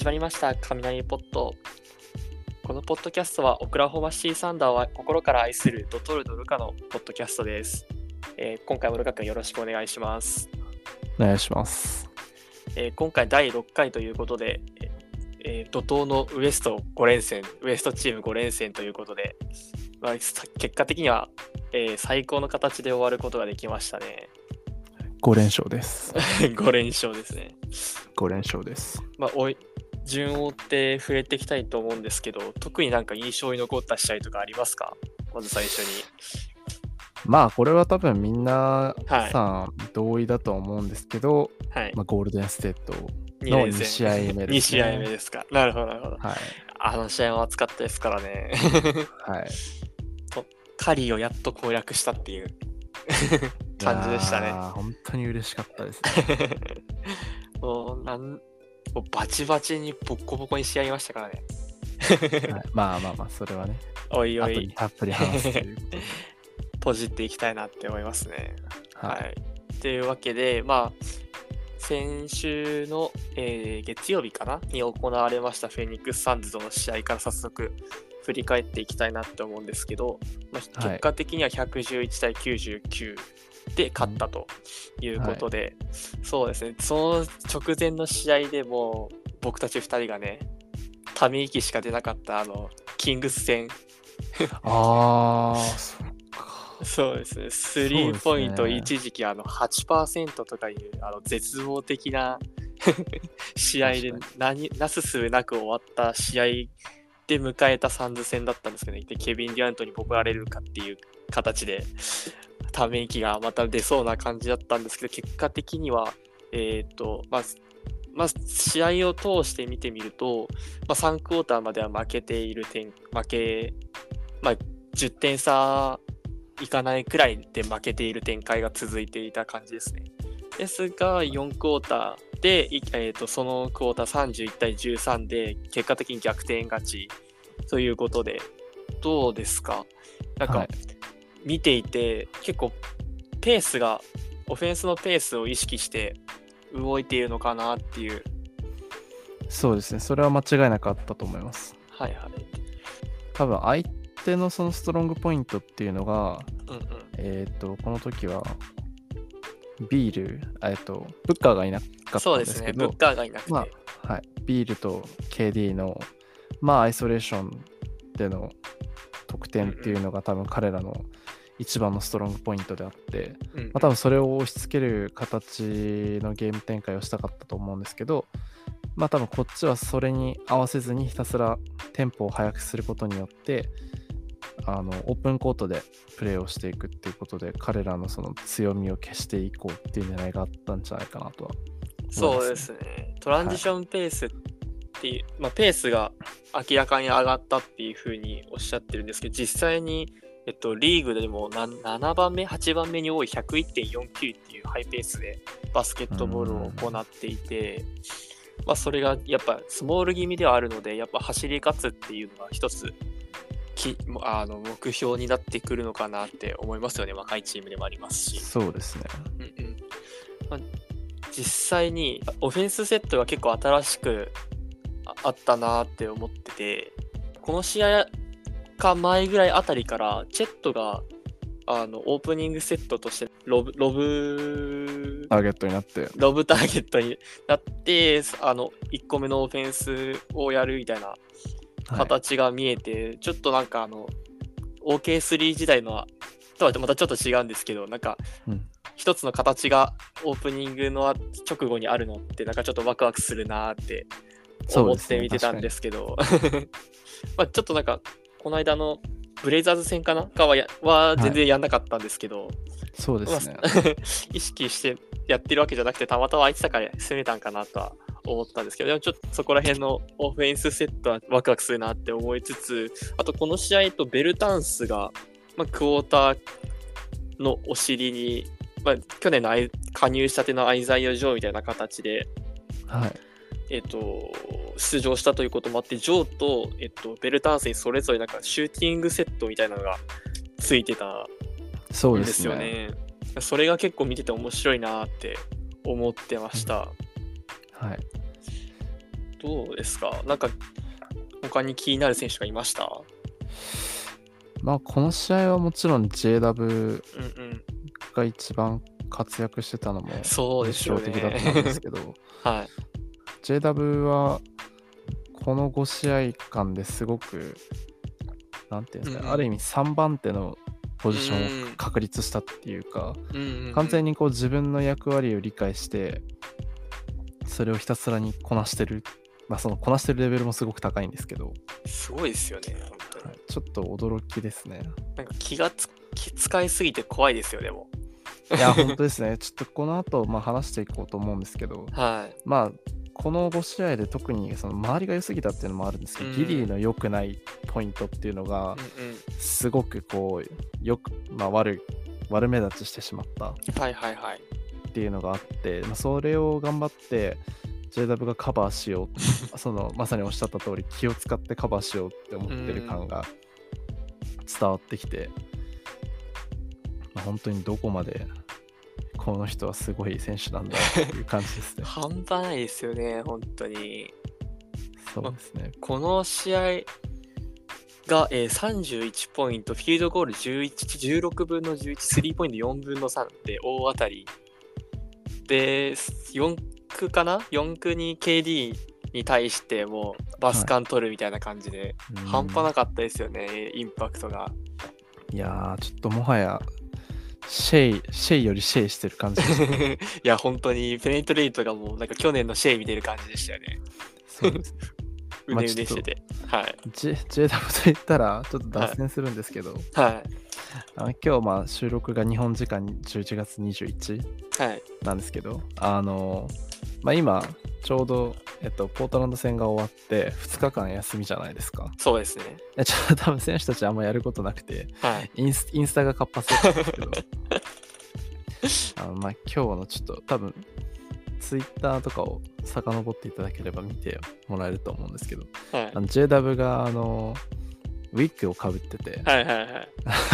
始まりました雷ポット。このポッドキャストはオクラホマシティサンダーは心から愛するドトルドルカのポッドキャストです。今回もルカ君よろしくお願いします。 お願いします。 今回第6回ということで、怒涛のウエストチーム5連戦ということで、結果的には、最高の形で終わることができましたね。 5連勝です。 5連勝ですね。 5連勝です。 順を追って触れていきたいと思うんですけど、特になんか印象に残った試合とかありますか？まず最初に。 これは多分みんなさん同意だと思うんですけど、 はい、 ゴールデンステートの2試合目ですね。 2試合目ですか。なるほどなるほど。 はい、 あの試合は熱かったですからね。 はい。 カリーをやっと攻略したっていう感じでしたね。 本当に嬉しかったですね。 もうバチバチにボッコボコにし合いましたからね。 はい、それはね。 おいおい。 後にたっぷり話すということで。 ポジっていきたいなって思いますね。 はい。 というわけで、先週の、月曜日かなに行われましたフェニックスサンズとの試合から早速振り返っていきたいなって思うんですけど、結果的には111対99で勝ったということで、そうですね、その直前の試合でも僕たち2人がね、ため息しか出なかったキングス戦。そうですね、スリーポイント一時期8% とかいう絶望的な試合でなすすべなく終わった試合で迎えたサンズ戦だったんですけどね、でケビン・デュラントにボコられるかっていう形でため息がまた出そうな感じだったんですけど、結果的には試合を通して見てみると、3クォーターまでは負けている10点差いかないくらいで負けている展開が続いていた感じですね。ですが4クォーターで、そのクォーター31対13で結果的に逆転勝ちということで、どうですか？なんか見ていて結構ペースがオフェンスのペースを意識して動いているのかなっていう。 そうですね、それは間違いなくあったと思います。 はいはい。 多分相手のそのストロングポイントっていうのが、この時はビール、ブッカーがいなかったんですけど、 そうですね、ブッカーがいなくて、 ビールと KD のアイソレーションでの得点っていうのが多分彼らの一番のストロングポイントであって、多分それを押し付ける形のゲーム展開をしたかったと思うんですけど、多分こっちはそれに合わせずにひたすらテンポを速くすることによってオープンコートでプレーをしていくっていうことで彼らのその強みを消していこうっていう狙いがあったんじゃないかなとは思いますね。そうですね。 トランジションペースっていう、ペースが明らかに上がったっていうふうにおっしゃってるんですけど、実際にリーグでも7番目、8番目に多い 101.49 っていうハイペースでバスケットボールを行っていて、それがやっぱスモール気味ではあるので、やっぱ走り勝つっていうのが一つ目標になってくるのかなって思いますよね。若いチームでもありますし。 そうですね。 実際にオフェンスセットが結構新しくあったなって思ってて、この試合か前ぐらいあたりからチェットがオープニングセットとしてロブターゲットになって 1個目のオフェンスをやるみたいな形が見えて、ちょっとなんかOK3 時代のとはまたちょっと違うんですけど、なんか一つの形がオープニングの直後にあるのってなんかちょっとワクワクするなって思って見てたんですけど、ちょっとなんかこの間のブレイザーズ戦かなは全然やんなかったんですけど、 そうですね。 意識してやってるわけじゃなくて、たまたま空いてたから攻めたんかなとは思ったんですけど、でもちょっとそこら辺のオフェンスセットはワクワクするなって思いつつ、あとこの試合とベルタンスが、クォーターのお尻に、去年の加入したてのアイザイア・ジョーみたいな形で、出場したということもあって、ジョーと、ベルタンスにそれぞれなんかシューティングセットみたいなのがついてたんですよね。それが結構見てて面白いなって思ってました。 どうですか？なんか他に気になる選手がいました？ まあこの試合はもちろん JW うんうん。 が一番活躍してたのもそうですよ印象的だったんね。 ですけど、 はい。 JW はこの5試合間ですごく、なんていうんですか、ある意味3番手のポジションを確立したっていうか、完全にこう自分の役割を理解して、それをひたすらにこなしてる。まあそのこなしてるレベルもすごく高いんですけど、 すごいですよね、本当に。 はい、ちょっと驚きですね。 なんか気使いすぎて怖いですよ、でも。 いや、本当ですね。ちょっとこの後、話していこうと思うんですけど、 はい。 この5試合で特にその周りが良すぎたっていうのもあるんですけど、ギリの良くないポイントっていうのが、すごくこう、悪目立ちしてしまったっていうのがあって、それを頑張って、JW がカバーしようまさにおっしゃった通り気を使ってカバーしようって思ってる感が伝わってきて、本当にどこまでこの人はすごい選手なんだっていう感じですね。 半端ないですよね、本当に。 そうですね。 この試合が、31ポイント、フィールドゴール16分の11、スリーポイント4分の3で大当たり。で、4区かな ?4 区に KD に対してもバスカン取るみたいな感じで、半端なかったですよね、インパクトが。 いやー、ちょっともはや、シェイよりシェイしてる感じでしたね。 いや、本当にペネトレートがもうなんか去年のシェイ見てる感じでしたよね。 そうですね。 うねうねしてて。はい。 JW と言ったら、ちょっと脱線するんですけど、 はい。 今日収録が日本時間11月21なんですけど、今、ちょうど、ポートランド戦が終わって2日間休みじゃないですか。 そうですね。 ちょっと多分選手たちあんまやることなくて、インスタが活発だったんですけど、今日のちょっと多分、ツイッターとかを遡っていただければ見てもらえると思うんですけど、JW がウィッグをかぶってて、あれが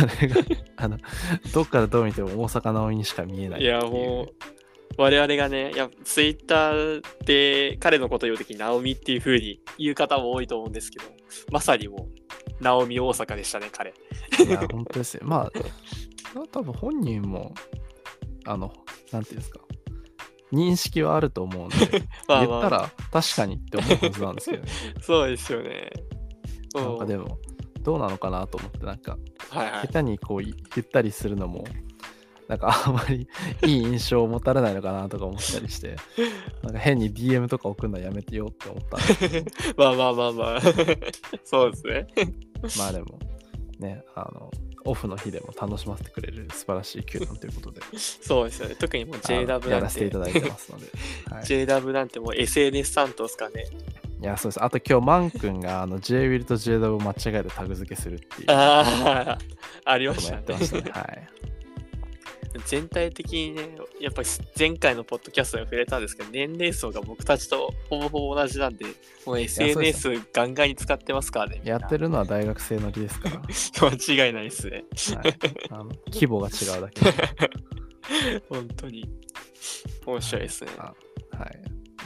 どっからどう見ても大坂なおみにしか見えない。 いや、もう我々がね、ツイッターで彼のことを言うときにナオミっていう風に言う方も多いと思うんですけど、まさにもうナオミ大阪でしたね、彼。 いや、本当ですよ。多分本人もなんていうんですか、認識はあると思うんで、言ったら確かにって思うはずなんですけどね。 そうですよね。 なんかでも、どうなのかなと思って、 下手にこう言ったりするのも、あまりいい印象を持たれないのかなとか思ったりして、変に DM とか送るのやめてよって思ったんですけど。 そうですね。 でも、ね、オフの日でも楽しませてくれる素晴らしい球団ということで。 そうですよね。特にもう JW なんて。 やらせていただいてますので。 JW なんてもう SNS 担当ですかね。 いや、そうです。あと今日、マン君がJ ウィルと JW を間違えてタグ付けするっていう。 ありましたね。 はい。 全体的にね、やっぱり前回のポッドキャストで触れたんですけど、年齢層が僕たちとほぼほぼ同じなんで、もう SNS ガンガンに使ってますからね。 やってるのは大学生のりですから。 間違いないですね。 はい、規模が違うだけ。 本当に面白いですね。 はい。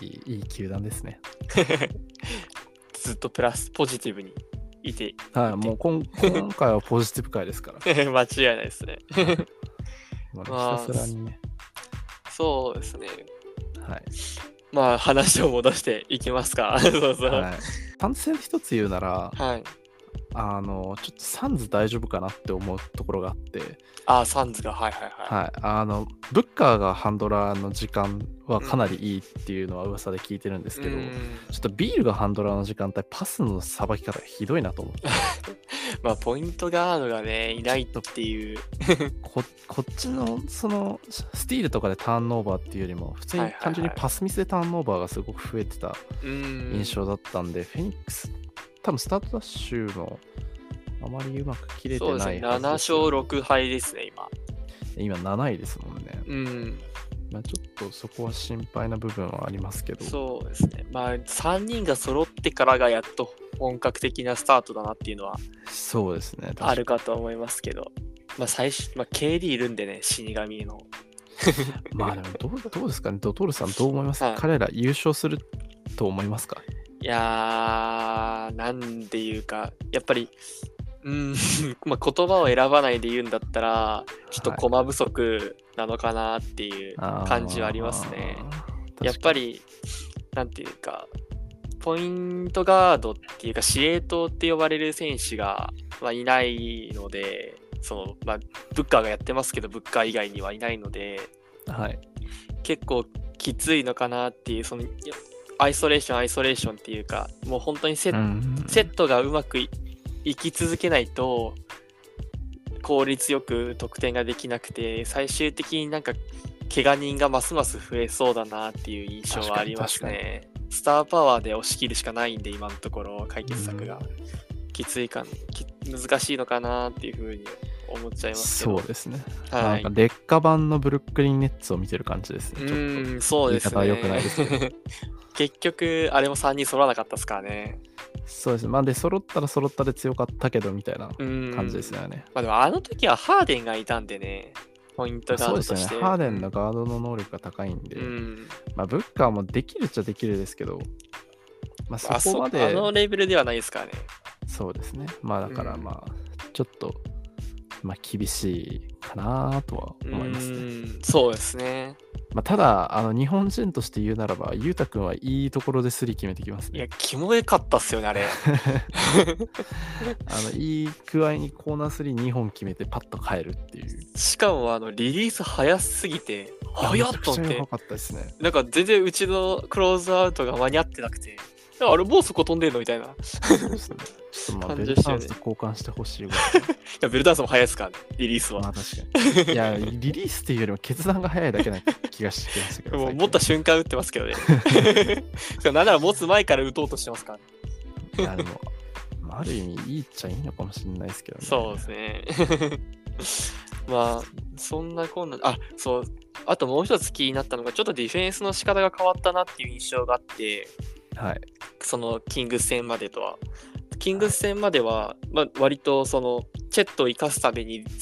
いい球団ですね。 ずっとポジティブにいて。 はい、もう今回はポジティブ回ですから。 間違いないですね。 ひたすらにね。 そうですね。 はい。 話を戻していきますか。そうそう。 はい。単線一つ言うなら、 はい。 ちょっとサンズ大丈夫かなって思うところがあって。 サンズが、はい。 ブッカーがハンドラーの時間はかなりいいっていうのは噂で聞いてるんですけど、ちょっとビールがハンドラーの時間帯、パスのさばき方がひどいなと思って。 ポイントガードがね、いないっていう。 こっちの、スティールとかでターンオーバーっていうよりも、普通に単純にパスミスでターンオーバーがすごく増えてた印象だったんで、フェニックス、多分スタートダッシュもあまりうまく切れてないはずです。 7勝6敗ですね、 今7位ですもんね。ちょっとそこは心配な部分はありますけど。 そうですね。3人が揃ってからがやっと本格的なスタートだなっていうのは、 そうですね。 あるかと思いますけど、最初、KD いるんでね、死神の。 でもどうですかね、ドトールさんどう思いますか、彼ら優勝すると思いますか？ いやー、なんていうか、やっぱり、まあ、言葉を選ばないで言うんだったら、ちょっとはい。 駒不足なのかなっていう感じはありますね。やっぱり、なんていうか、ポイントガードっていうか、司令塔って呼ばれる選手が、まあ、いないので、まあ、ブッカーがやってますけど、ブッカー以外にはいないので、 はい。 結構きついのかなっていう、アイソレーションっていうか、もう本当にセットがうまくいき続けないと、効率よく得点ができなくて、最終的になんか、怪我人がますます増えそうだなっていう印象はありますね。スターパワーで押し切るしかないんで、今のところ解決策が。難しいのかなっていうふうに思っちゃいますけど。 そうですね。 はい。 なんか劣化版のブルックリンネッツを見てる感じですね。ちょっとそうですね。 言い方は良くないですけど。 結局、あれも3人揃わなかったですからね。 そうですね。まあで、揃ったら揃ったで強かったけどみたいな感じですよね。 まあでもあの時はハーデンがいたんでね、ポイントガードとして。 そうですね。ハーデンのガードの能力が高いんで、まあブッカーもできるっちゃできるですけど、まあそこまで。 あのレベルではないですからね。 そうですね。まあだからまあ、ちょっと、まあ厳しいかなとは思いますね。 そうですね。 まあ、ただ、日本人として言うならば、ゆうたくんはいいところでスリー決めてきますね。 いや、キモかったっすよね、あれ。 いい具合にコーナースリー2本決めてパッと帰るっていう。 しかも、リリース早すぎて、早っと思って。 早かったですね。 なんか全然うちのクローズアウトが間に合ってなくて、あれもうそこ飛んでんのみたいな。 そうですね。ちょっとまあベルタンスと交換してほしいぐらい。 いや、ベルタンスも早いですからね、リリースは。 まあ確かに。いや、リリースっていうよりも決断が早いだけな気がしてきましたけど。 もう持った瞬間打ってますけどね。なんなら持つ前から打とうとしてますから。 いや、でも、ある意味いいっちゃいいのかもしれないですけどね。 そうですね。まあ、そんなこんな、あともう一つ気になったのが、ちょっとディフェンスの仕方が変わったなっていう印象があって、 はい。 キングス戦までとは。キングス戦までは、まあ、割とチェットを生かすためにフ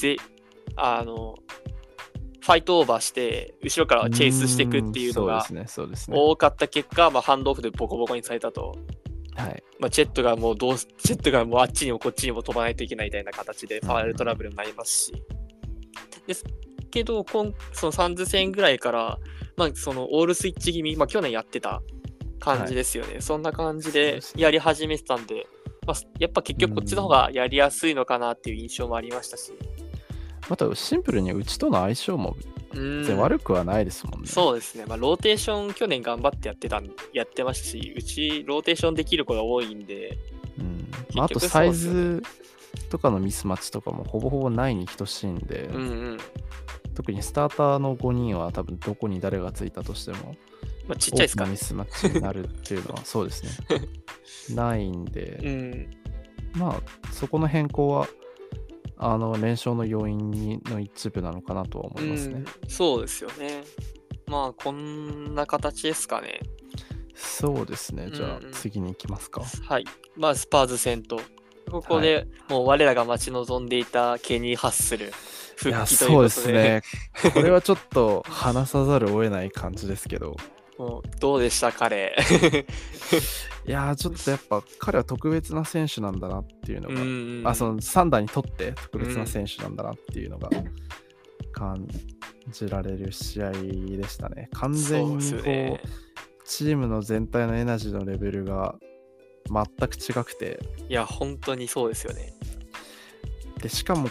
ァイトオーバーして、後ろからチェイスしていくっていうのが多かった結果、まあ、ハンドオフでボコボコにされたと。 はい。 まあ、チェットがもうあっちにもこっちにも飛ばないといけないみたいな形でファウルトラブルになりますし。ですけど、そのサンズ戦ぐらいから、まあ、オールスイッチ気味、まあ、去年やってた感じですよね。そんな感じでやり始めてたんで、まあ、やっぱ結局こっちの方がやりやすいのかなっていう印象もありましたし。 またシンプルにうちとの相性も全然悪くはないですもんね。 そうですね。まあ、ローテーション去年頑張ってやってましたし、うちローテーションできる子が多いんで。 まあ、あとサイズとかのミスマッチとかもほぼほぼないに等しいんで、特にスターターの5人は多分どこに誰がついたとしても、 まあ、ちっちゃいですかミスマッチになるっていうのはそうですね。ないんで、まあそこの変更は連勝の要因の一部なのかなとは思いますね。 そうですよね。まあこんな形ですかね。 そうですね。じゃあ次に行きますか。 はい。まあスパーズ戦と、ここでもう我らが待ち望んでいたケニー・ハッスル復帰ということで。 そうですね。これはちょっと話さざるを得ない感じですけど。 もうどうでした彼。 いやーちょっとやっぱ彼は特別な選手なんだなっていうのが、そのサンダーにとって特別な選手なんだなっていうのが感じられる試合でしたね。完全にチームの全体のエナジーのレベルが全く違くて。 いや本当にそうですよね。 でしかも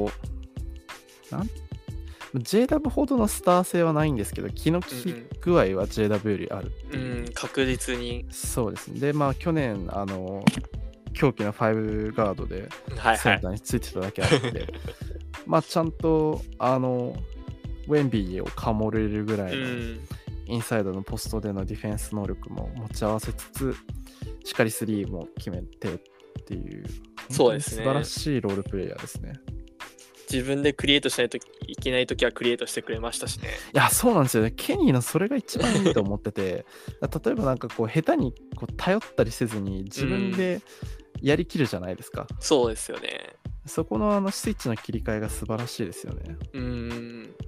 JW ほどのスター性はないんですけど、気の利き具合は JW よりあるっていう。 確実に。 そうですね。で、まあ去年、狂気の5ガードでセンターについてただけあって、まあちゃんと、ウェンビーをかもれるぐらいのインサイドのポストでのディフェンス能力も持ち合わせつつ、しっかりスリーも決めてっていう、 そうですね。 素晴らしいロールプレイヤーですね。 自分でクリエイトしないといけないときはクリエイトしてくれましたしね。 いや、そうなんですよね。ケニーのそれが一番いいと思ってて、例えばなんか下手に頼ったりせずに自分でやりきるじゃないですか。 そうですよね。 そこのスイッチの切り替えが素晴らしいですよね。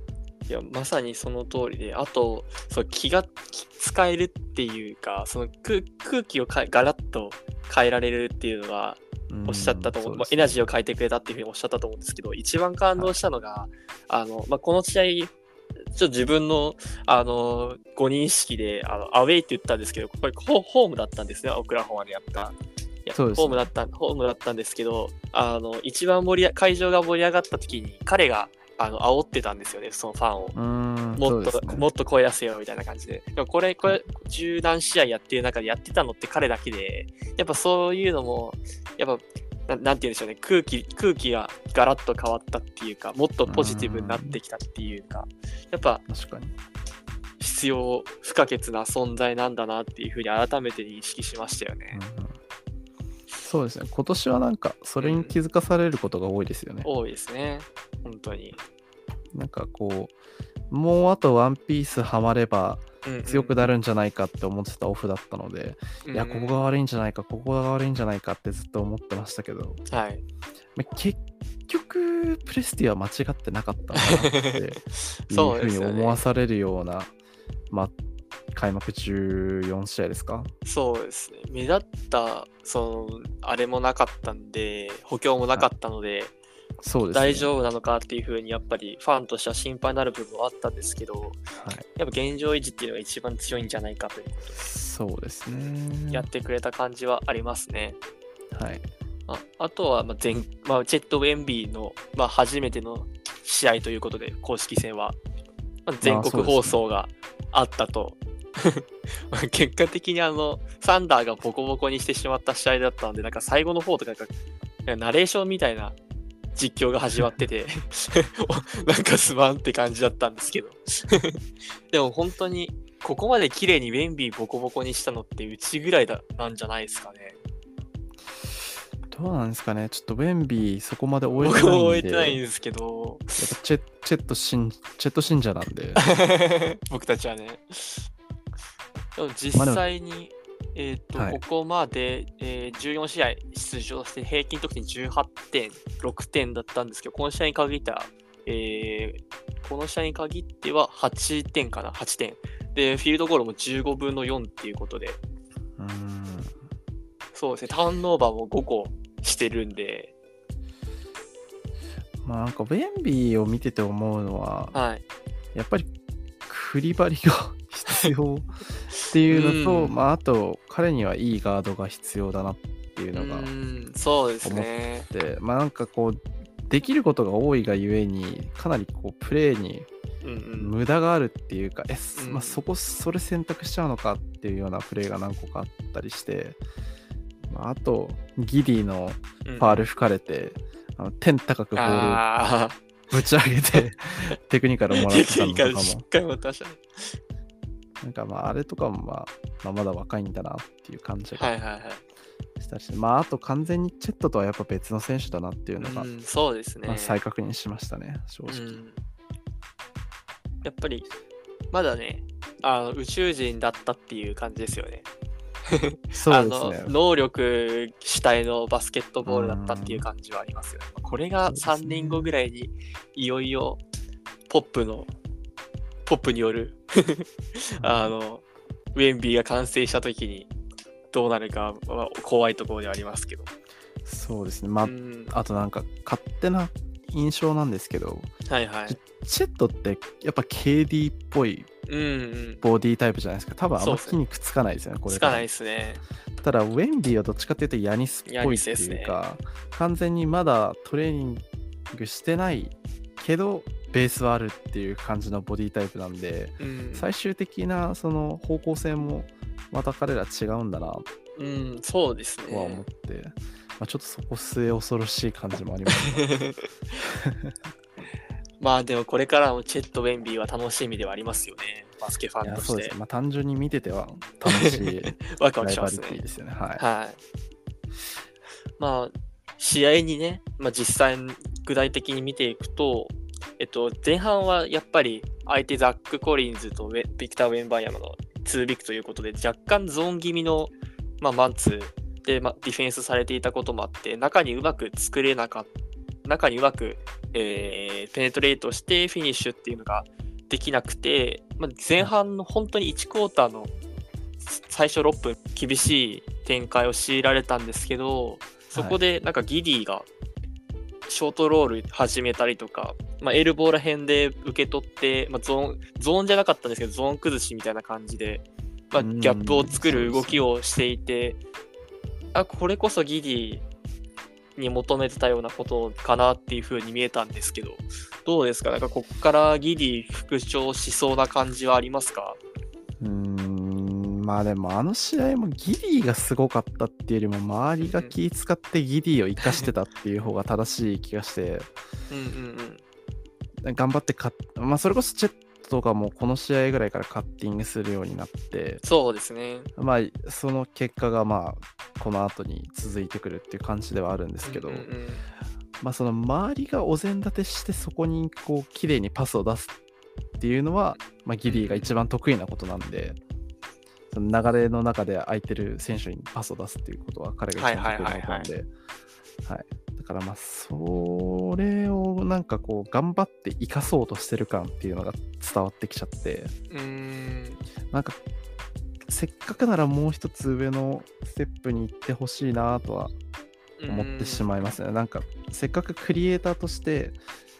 いや、まさにその通りで、あと、気が使えるっていうか、その空気をガラッと変えられるっていうのがおっしゃったと思う、 そうですねエナジーを変えてくれたっていうふうにおっしゃったと思うんですけど、一番感動したのが、この試合、ちょっと自分の、ご認識で、アウェイって言ったんですけど、これホームだったんですね、オクラホマでやった。いやそうですねホームだったんですけど、一番会場が盛り上がった時に、彼が、煽ってたんですよね、そのファンを。もっと声出せよみたいな感じで。でもこれ十何試合やってる中でやってたのって彼だけで、やっぱそういうのも、やっぱ、なんて言うんでしょうね、空気がガラッと変わったっていうか、もっとポジティブになってきたっていうか、やっぱ、 確かに必要不可欠な存在なんだなっていうふうに改めて認識しましたよね。 そうですね。今年はなんかそれに気づかされることが多いですよね。 多いですね。本当に。 なんかこう、もうあとワンピースハマれば強くなるんじゃないかって思ってたオフだったので、いや、ここが悪いんじゃないか、ここが悪いんじゃないかってずっと思ってましたけど、 はい。 結局、プレスティは間違ってなかったなっていうふうに思わされるような、開幕14試合ですか？ そうですね。目立ったあれもなかったんで、補強もなかったので、 そうですね、 大丈夫なのかっていう風にやっぱりファンとしては心配になる部分はあったんですけど、やっぱ現状維持っていうのが一番強いんじゃないかということで、 そうですね。 やってくれた感じはありますね。 はい。 あとはチェット・ウェンビーの、初めての試合ということで、公式戦は、全国放送があったと。結果的にサンダーがボコボコにしてしまった試合だったので、なんか最後の方とかナレーションみたいな実況が始まっててなんかすまんって感じだったんですけどでも本当にここまで綺麗にウェンビーボコボコにしたのってうちぐらいなんじゃないですかね。 どうなんですかね。ちょっとウェンビーそこまで僕も終えてないんですけど、 やっぱチェット信者なんで僕たちはね。でも実際に、ここまで、14試合出場して平均得点18.6点だったんですけど、この試合に限っては、8点かな、8点。で、フィールドゴールも15分の4っていうことで、そうですね、ターンオーバーも5個してるんで。 なんかウェンビーを見てて思うのは、やっぱりクリバリが必要っていうのと、あと彼にはいいガードが必要だなっていうのがそうですね。 なんかこうできることが多いがゆえにかなりこうプレーに無駄があるっていうか、それ選択しちゃうのかっていうようなプレーが何個かあったりして、あとギディのファール吹かれて、天高くボールをぶち上げてテクニカルもらってたのとかもしっかり持ってましたね。 なんかあれとかもまだ若いんだなっていう感じがしたりして、あと完全にチェットとはやっぱ別の選手だなっていうのが、 そうですね。 再確認しましたね、正直。 やっぱりまだね、宇宙人だったっていう感じですよね。 そうですね。 能力主体のバスケットボールだったっていう感じはありますよね。これが3年後ぐらいにいよいよポップによるウェンビーが完成した時にどうなるかは怖いところではありますけど。 そうですね。あとなんか勝手な印象なんですけど、チェットってやっぱ KD っぽいボディタイプじゃないですか。多分あんま筋肉つかないですよね、これ。 つかないですね。 ただウェンビーはどっちかっていうとヤニスっぽいっていうか、完全にまだトレーニングしてないけどベースはあるっていう感じのボディタイプなんで、最終的なその方向性もまた彼ら違うんだなそうですねとは思って、ちょっとそこ末恐ろしい感じもありますね。 でもこれからもチェット・ウェンビーは楽しみではあありますよね、バスケファンとして。そうですね。単純に見てては楽しいワクワクしますね。 ライバリティですよね。 試合にね、実際具体的に見ていくと、前半はやっぱり相手ザック・コリンズとビクター・ウェンバイアムの2ビッグということで、若干ゾーン気味の、マンツーで、ディフェンスされていたこともあって、中にうまくペネトレートしてフィニッシュっていうのができなくて、前半の本当に1クォーターの最初6分厳しい展開を強いられたんですけど、そこでなんかギディがショートロール始めたりとか、エルボーら辺で受け取って、ゾーンじゃなかったんですけど、ゾーン崩しみたいな感じで、ギャップを作る動きをしていて、これこそギディに求めてたようなことかなっていう風に見えたんですけど、どうですか？なんかこっからギディ復調しそうな感じはありますか？ でもあの試合もギディがすごかったっていうよりも周りが気使ってギディを生かしてたっていう方が正しい気がして頑張ってそれこそチェットとかもこの試合ぐらいからカッティングするようになって、 そうですね。 その結果がこの後に続いてくるっていう感じではあるんですけど、その周りがお膳立てしてそこにこう綺麗にパスを出すっていうのは、ギディが一番得意なことなんで、その流れの中で空いてる選手にパスを出すっていうことは彼が一番得意なことなんで、だからそれをなんかこう頑張って生かそうとしてる感っていうのが伝わってきちゃって、なんかせっかくならもう一つ上のステップに行ってほしいなとは思ってしまいますね。なんかせっかくクリエイターとして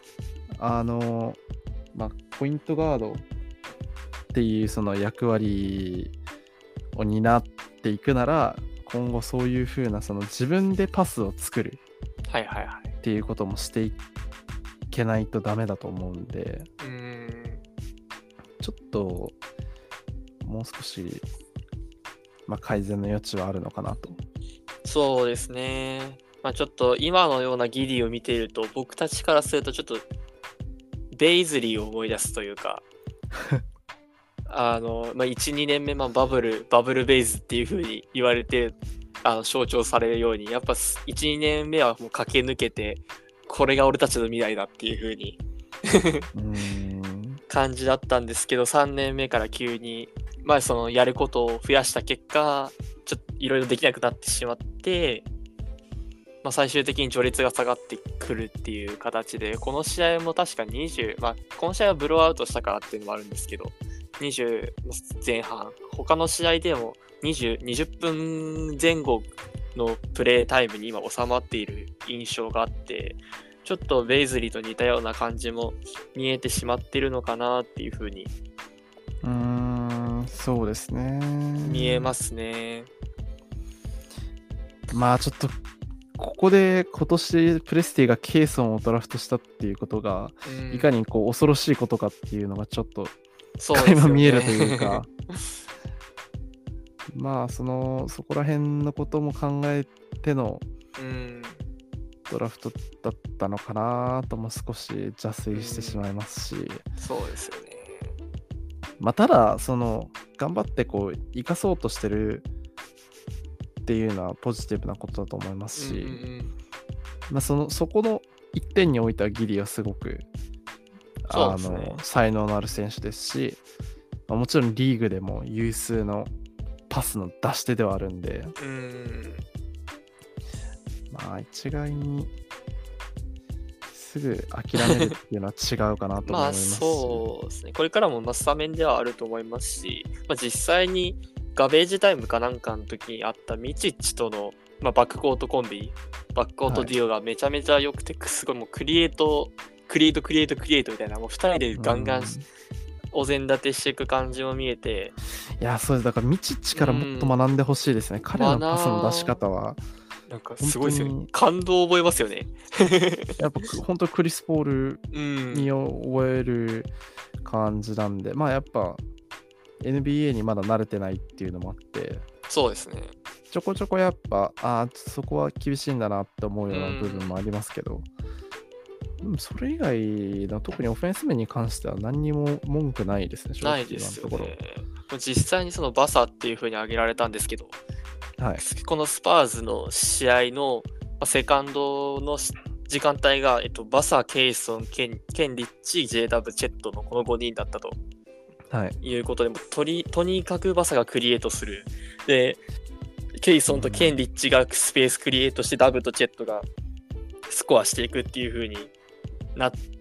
ポイントガードっていうその役割を担っていくなら、今後そういう風なその自分でパスを作るっていうこともしていけないとダメだと思うんで、ちょっともう少し改善の余地はあるのかなと。 そうですね。ちょっと今のようなギディを見ていると、僕たちからするとちょっとベイズリーを思い出すというか1、2年目、バブルベイズっていう風に言われて象徴されるように、やっぱ1、2年目はもう駆け抜けて、これが俺たちの未来だっていう風に感じだったんですけど、3年目から急にそのやることを増やした結果、ちょっといろいろできなくなってしまって、最終的に序列が下がってくるっていう形で、この試合も確か20、この試合はブローアウトしたからっていうのもあるんですけど、20前半、他の試合でも20分前後のプレータイムに今収まっている印象があって、ちょっとベイズリーと似たような感じも見えてしまってるのかなっていう風にそうですね、 見えますね。 ちょっとここで今年プレスティがケイソンをドラフトしたっていうことがいかにこう恐ろしいことかっていうのがちょっと垣間見えるというかそこら辺のことも考えてのドラフトだったのかなとも少し邪推してしまいますし、 そうですよね。 ただ頑張ってこう生かそうとしてるっていうのはポジティブなことだと思いますし、そこの一点においてはギリはすごく才能のある選手ですし、もちろんリーグでも有数のパスの出し手ではあるんで、一概にすぐ諦めるっていうのは違うかなと思いますしそうですね。これからもスタメンではあると思いますし、実際にガベージタイムかなんかの時にあったミチッチとの、バックコートコンビ、バックコートデュオがめちゃめちゃ良くて、すごいもうクリエイトみたいな、もう2人でガンガンお膳立てしていく感じも見えて、 いやそうです。だからミチッチからもっと学んでほしいですね。彼のパスの出し方はなんかすごいですよね。感動を覚えますよね。 やっぱ本当クリス・ポールに覚える感じなんで、やっぱ NBA にまだ慣れてないっていうのもあって、 そうですね。 ちょこちょこやっぱそこは厳しいんだなって思うような部分もありますけど、それ以外の特にオフェンス面に関しては何にも文句ないですね。 ないですよね。実際にそのバサっていう風に挙げられたんですけど、このスパーズの試合のセカンドの時間帯が、バサ、ケイソン、ケンリッチ、JW、チェットのこの5人だったと、いうことで、とにかくバサがクリエイトする。で、ケイソンとケンリッチがスペースクリエイトして、ダブとチェットがスコアしていくっていう風になっ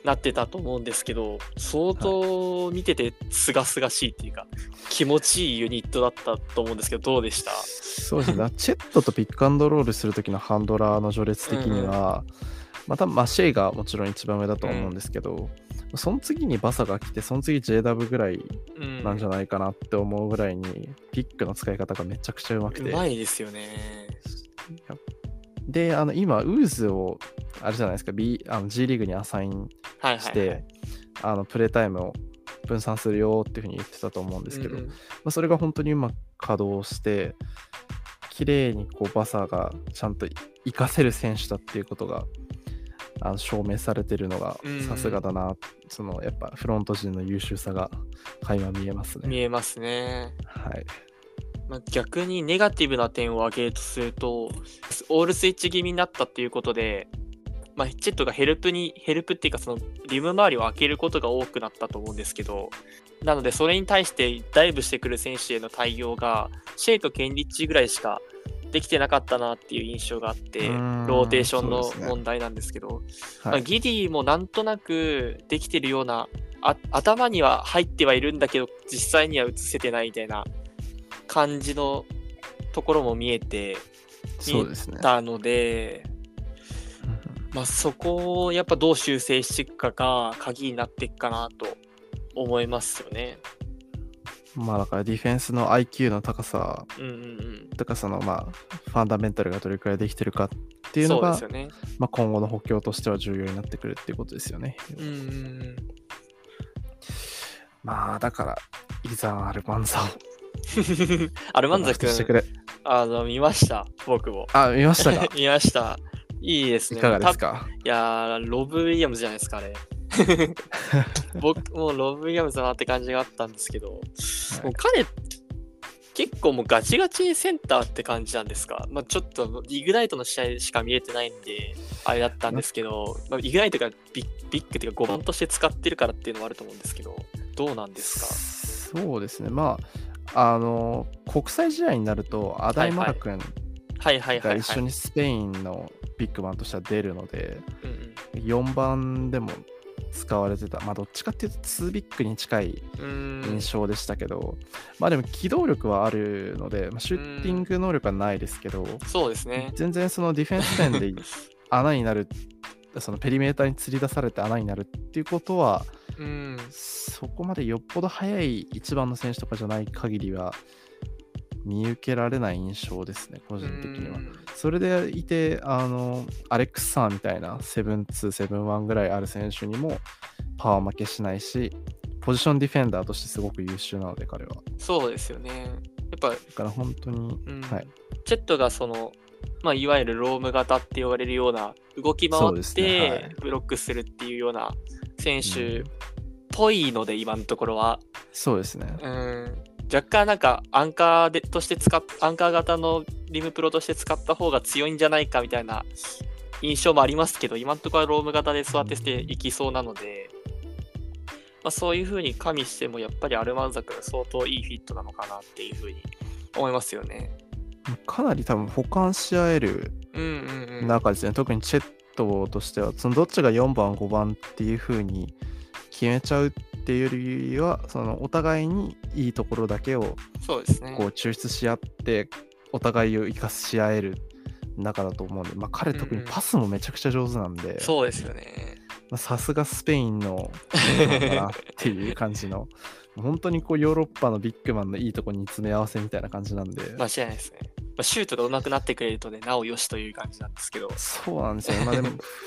なってたと思うんですけど、相当見ててすがすがしいっていうか、気持ちいいユニットだったと思うんですけど、どうでした？ そうですね。チェットとピックアンドロールするときのハンドラーの序列的には、多分シェイがもちろん一番上だと思うんですけど、その次にバサが来て、その次 JW ぐらいなんじゃないかなって思うぐらいに、ピックの使い方がめちゃくちゃうまくて。 うまいですよね。 で、今、ウーズを、あれじゃないですか、G リーグにアサインして、プレイタイムを分散するよっていうふうに言ってたと思うんですけど、それが本当にうまく稼働して、綺麗にこうバサがちゃんと活かせる選手だっていうことが証明されてるのがさすがだな、やっぱフロント陣の優秀さが垣間見えますね。 見えますね。 はい。 逆にネガティブな点を挙げるとすると、オールスイッチ気味になったっていうことで、チェットがヘルプっていうかそのリム周りを開けることが多くなったと思うんですけど、なのでそれに対してダイブしてくる選手への対応がシェイとケンリッチぐらいしかできてなかったなっていう印象があって、ローテーションの問題なんですけど、ギディもなんとなくできてるような、頭には入ってはいるんだけど実際には映せてないみたいな感じのところも見えたので、そこをやっぱどう修正していくかが鍵になっていくかなと思いますよね。 だからディフェンスの IQ の高さとかファンダメンタルがどれくらいできてるかっていうのが、 そうですよね。 今後の補強としては重要になってくるっていうことですよね。だからいざアルマンザをアルマンザ君見ました。僕も見ましたか？ 見ました。いいですね。 いかがですか？ いやロブ・ウィリアムズじゃないですか、あれ。僕もロブ・ウィリアムズだなって感じがあったんですけど、もう彼結構もうガチガチセンターって感じなんですか？ちょっとイグナイトの試合しか見えてないんであれだったんですけど、イグナイトがビッグっていうか5番として使ってるからっていうのもあると思うんですけど、どうなんですか？そうですね。国際試合になるとアダイ・マラ君が一緒にスペインのビッグマンとしては出るので、4番でも使われてた、どっちかっていうと2ビッグに近い印象でしたけど、でも機動力はあるので、シューティング能力はないですけど、 そうですね。 全然そのディフェンス面で穴になる、そのペリメーターに釣り出されて穴になるっていうことは、そこまでよっぽど速い一番の選手とかじゃない限りは見受けられない印象ですね、個人的には。それでいて、アレックスさんみたいな7-2、7-1ぐらいある選手にもパワー負けしないし、ポジションディフェンダーとしてすごく優秀なので、彼は。 そうですよね。やっぱ、だから本当に、 チェットがいわゆるローム型って言われるような動き回ってブロックするっていうような選手っぽいので、今のところは。 そうですね。 若干アンカー型のリムプロとして使った方が強いんじゃないかみたいな印象もありますけど、今のところはローム型で育てていきそうなので、そういう風に加味してもやっぱりアルマンザクが相当いいフィットなのかなっていう風に思いますよね。 かなり多分補完し合える中ですね。特にチェットとしては、そのどっちが4番5番っていう風に決めちゃうっていうよりは、そのお互いにいいところだけをこう抽出し合ってお互いを生かし合える中だと思うんで、彼特にパスもめちゃくちゃ上手なんで、 そうですよね。 さすがスペインのかなっていう感じの本当にこうヨーロッパのビッグマンのいいとこに詰め合わせみたいな感じなんで、 間違いないですね。シュートが上手くなってくれるとね、なおよしという感じなんですけど。 そうなんですよ。でも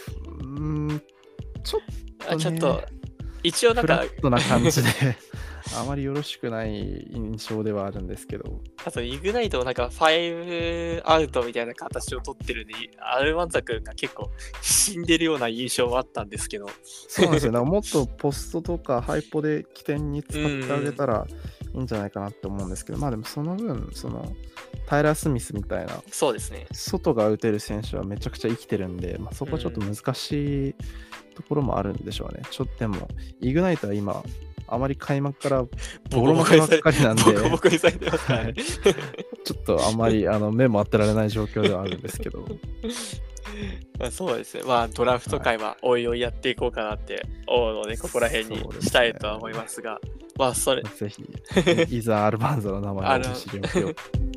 ちょっと一応フラットな感じであまりよろしくない印象ではあるんですけど、 あとイグナイトも5アウトみたいな形を取ってるんで、アルマンザ君が結構死んでるような印象はあったんですけど、 そうなんですよね。もっとポストとかハイポで起点に使ってあげたらいいんじゃないかなって思うんですけど、でもその分タイラー・スミスみたいな、 そうですね、 外が打てる選手はめちゃくちゃ生きてるんで、そこはちょっと難しいところもあるんでしょうね。でもイグナイトは今あまり開幕からボロ負けばっかりなんで、 ボコボコにされてますからね。 ちょっとあんまり目も当てられない状況ではあるんですけど。 まあそうですね。まあドラフト会はおいおいやっていこうかなって思うので、ここら辺にしたいとは思いますが、まあそれ。 ぜひ、イザ・アルバンザの名前を知りましょう。